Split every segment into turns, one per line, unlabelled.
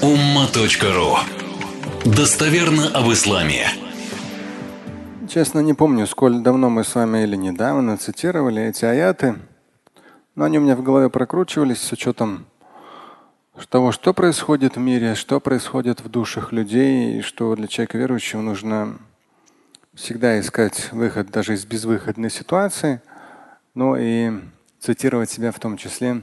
umma.ru. Достоверно об исламе.
Честно, не помню, сколь давно мы с вами или недавно цитировали эти аяты, но они у меня в голове прокручивались с учетом того, что происходит в мире, что происходит в душах людей, и что для человека верующего нужно всегда искать выход даже из безвыходной ситуации, но и цитировать себя в том числе.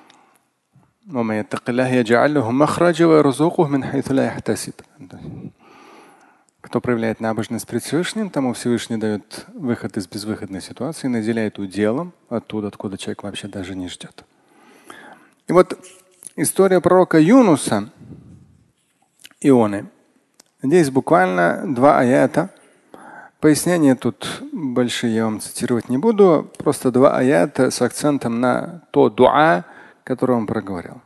Кто проявляет набожность пред Всевышним, тому Всевышний дает выход из безвыходной ситуации, наделяет уделом оттуда, откуда человек вообще даже не ждет. И вот история пророка Юнуса, Ионы. Здесь буквально 2 аята. Пояснения тут большие я вам цитировать не буду, просто 2 аята с акцентом на то дуа, которое он проговорил.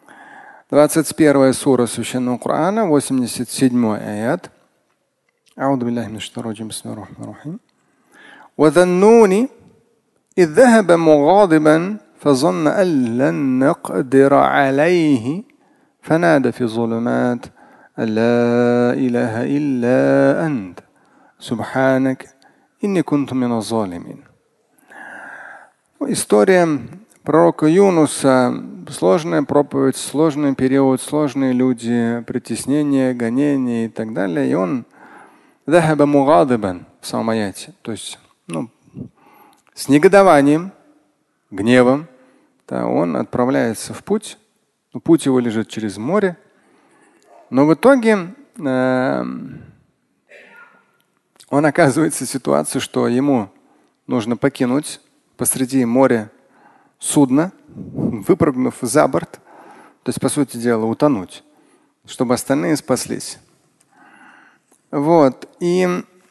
21 сура Священного Корана, 87 аят. أعوذ بالله من الشيطان الرجيم بسم الله الرحمن الرحيم وذنون إذ ذهب مغاضبا فظن أن لن نقدر عليه فنادى في الظلمات أن لا إله إلا أنت سبحانك إني كنت من الظالمين. История пророка Юнуса. Сложная проповедь, сложный период, сложные люди, притеснения, гонения и так далее. И он ذهب مغاضبا в самом аяте, то есть с негодованием, гневом, да, он отправляется в путь. Путь его лежит через море. Но в итоге он оказывается в ситуации, что ему нужно покинуть посреди моря судно, выпрыгнув за борт, то есть, по сути дела, утонуть, чтобы остальные спаслись. Вот. И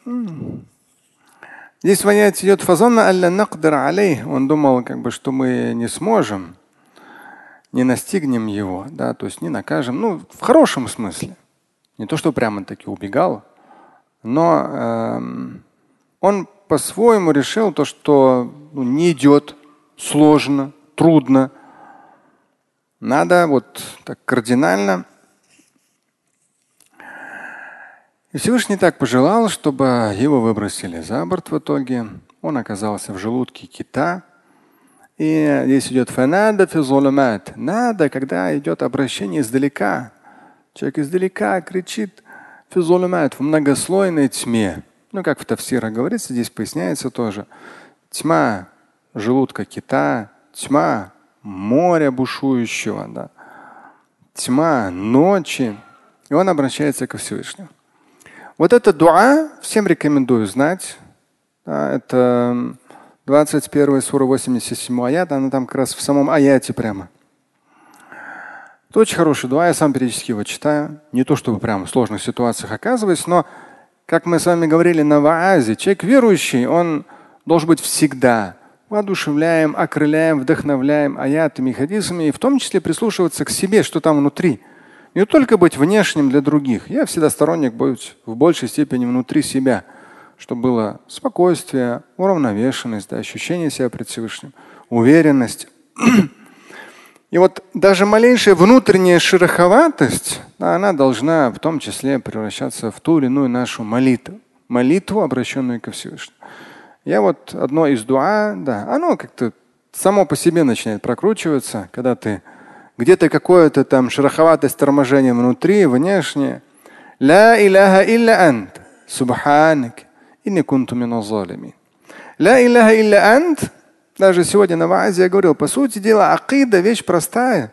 здесь в аяте идет фазанна алля нақдир алейх. Он думал, что мы не сможем, не настигнем его, да, то есть не накажем. В хорошем смысле. Не то, что прямо таки убегал, но он по-своему решил то, что не идет, сложно, трудно. Надо вот так кардинально. И Всевышний так пожелал, чтобы его выбросили за борт в итоге. Он оказался в желудке кита. И здесь идет фанада фи зулумат. Надо, когда идет обращение издалека. Человек издалека кричит фи зулумат, в многослойной тьме. Как в тафсирах говорится, здесь поясняется тоже. Тьма желудка кита, тьма моря бушующего, да. Тьма ночи. И он обращается ко Всевышнему. Вот это дуа всем рекомендую знать. Да, это 21 сура 87 аят, она там как раз в самом аяте прямо. Это очень хороший дуа, я сам периодически его читаю. Не то чтобы прямо в сложных ситуациях оказываюсь, но, как мы с вами говорили на ваазе, человек верующий, он должен быть всегда воодушевляем, окрыляем, вдохновляем аятами и хадисами, и в том числе прислушиваться к себе, что там внутри. Не только быть внешним для других. Я всегда сторонник быть в большей степени внутри себя, чтобы было спокойствие, уравновешенность, да, ощущение себя пред Всевышним, уверенность. И вот даже малейшая внутренняя шероховатость, да, она должна в том числе превращаться в ту или иную нашу молитву, обращенную ко Всевышнему. Я вот одно из дуа, да, оно как-то само по себе начинает прокручиваться, когда ты где-то какое-то там шероховатость, торможение внутри, внешне. Ла иляха илля ант. Субханак. Инни кунту миназ залимин. Ла иляха илля ант. Даже сегодня на ваазе я говорил, по сути дела, акида вещь простая.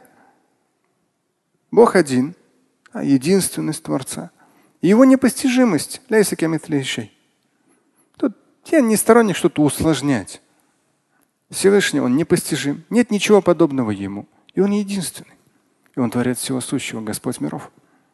Бог один, единственность Творца. Его непостижимость. Лейса камитли шей. Тут я не сторонник что-то усложнять. Всевышний, он непостижим. Нет ничего подобного ему. И он единственный. И он творец всего сущего, Господь миров.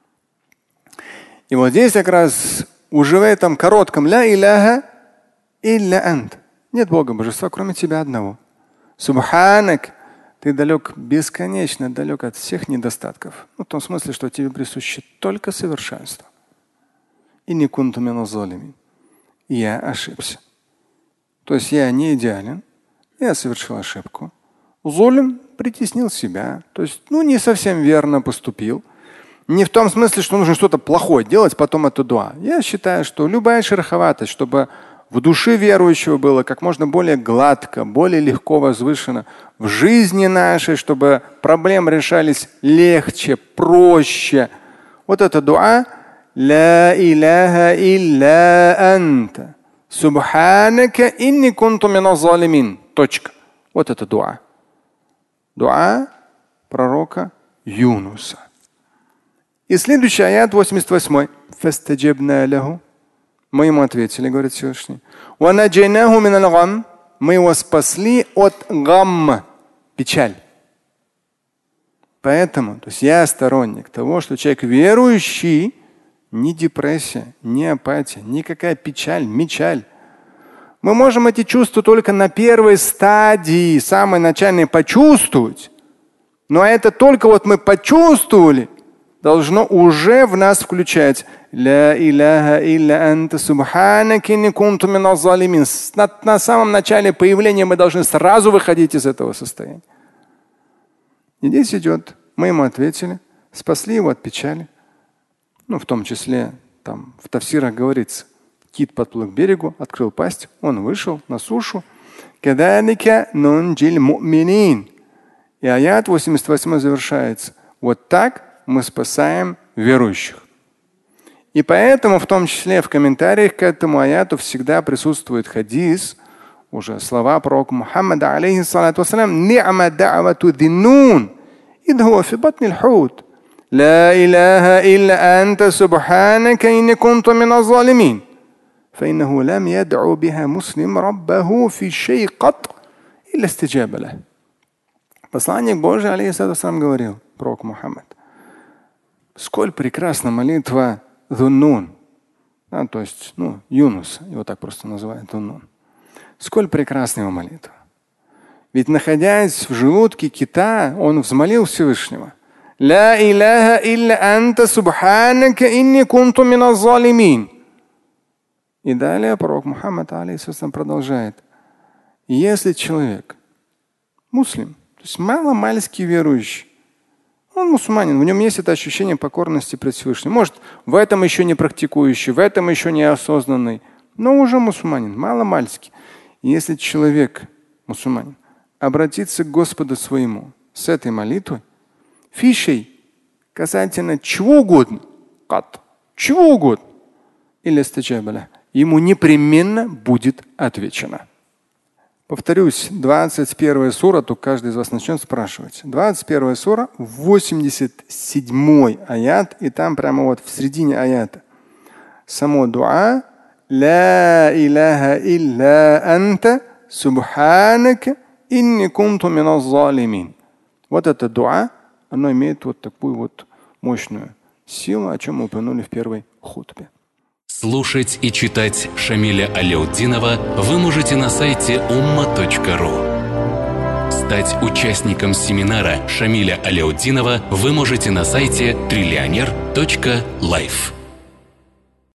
И вот здесь как раз уже в этом коротком ля иляха илля ант. Нет Бога, божества, кроме тебя одного. Субханак. Ты далек, бесконечно далек от всех недостатков. В том смысле, что тебе присуще только совершенство. И не кунту миназ залимин. Я ошибся. То есть я не идеален. Я совершил ошибку. Зулим притеснил себя, то есть не совсем верно поступил. Не в том смысле, что нужно что-то плохое делать, потом это дуа. Я считаю, что любая шероховатость, чтобы в душе верующего было как можно более гладко, более легко возвышено. В жизни нашей, чтобы проблемы решались легче, проще. Вот это дуа. Ла иляха илля анта. Субханака инни кунту миназ залимин. Точка. Вот это дуа. Дуа пророка Юнуса. И следующий аят 88. Фастаджабна лаху. Мы ему ответили, говорит Всевышний. Мы его спасли от гамма, печаль. Поэтому, то есть я сторонник того, что человек верующий, ни депрессия, ни апатия, никакая печаль, мечаль. Мы можем эти чувства только на первой стадии, самой начальной, почувствовать. Но это только вот мы почувствовали, должно уже в нас включать ля иляха илля анта субханака инни кунту миназ залимин. На самом начале появления мы должны сразу выходить из этого состояния. И здесь идет, мы ему ответили, спасли его от печали. Ну, в том числе, там в тафсирах говорится, кит подплыл к берегу, открыл пасть, он вышел на сушу. И аят 88 завершается. Вот так мы спасаем верующих. И поэтому, в том числе в комментариях к этому аяту всегда присутствует хадис, уже слова пророка Мухаммада, алейхиссалату вассалям, «Ни'ма да'вату диннун, идхуа фи батни л-хут, ла иляха илля анта субханака инни кунту миназ залимин, фаиннаху лам яд'у биха муслим раббаху фи шей кат, илля стиджаба лах». Посланник Божий, алейхиссалату вассалям, говорил, пророк Мухаммад, сколь прекрасна молитва Дуннун, то есть Юнус, его так просто называют Дуннун. Сколь прекрасна его молитва. Ведь находясь в желудке кита, он взмолил Всевышнего. Ла иляха илля анта субханака инни кунту миназ залимин. И далее пророк Мухаммад алейхиссалям продолжает. Если человек муслим, то есть маломальски верующий, он мусульманин, в нем есть это ощущение покорности пред Всевышним. Может, в этом еще не практикующий, в этом еще не осознанный, но уже мусульманин, маломальски. И если человек, мусульманин, обратится к Господу своему с этой молитвой, фишей касательно чего угодно, чего угодно, или стаджабаля, ему непременно будет отвечено. Повторюсь, 21 сура, то каждый из вас начнет спрашивать. 21 сура, 87 аят, и там прямо вот в середине аята. Само дуа «Ла иляха илля анта субханака инни кунту миназ залимин». Вот это дуа, оно имеет вот такую вот мощную силу, о чем мы упомянули в первой хутбе.
Слушать и читать Шамиля Аляутдинова вы можете на сайте umma.ru. Стать участником семинара Шамиля Аляутдинова вы можете на сайте trillioner.life.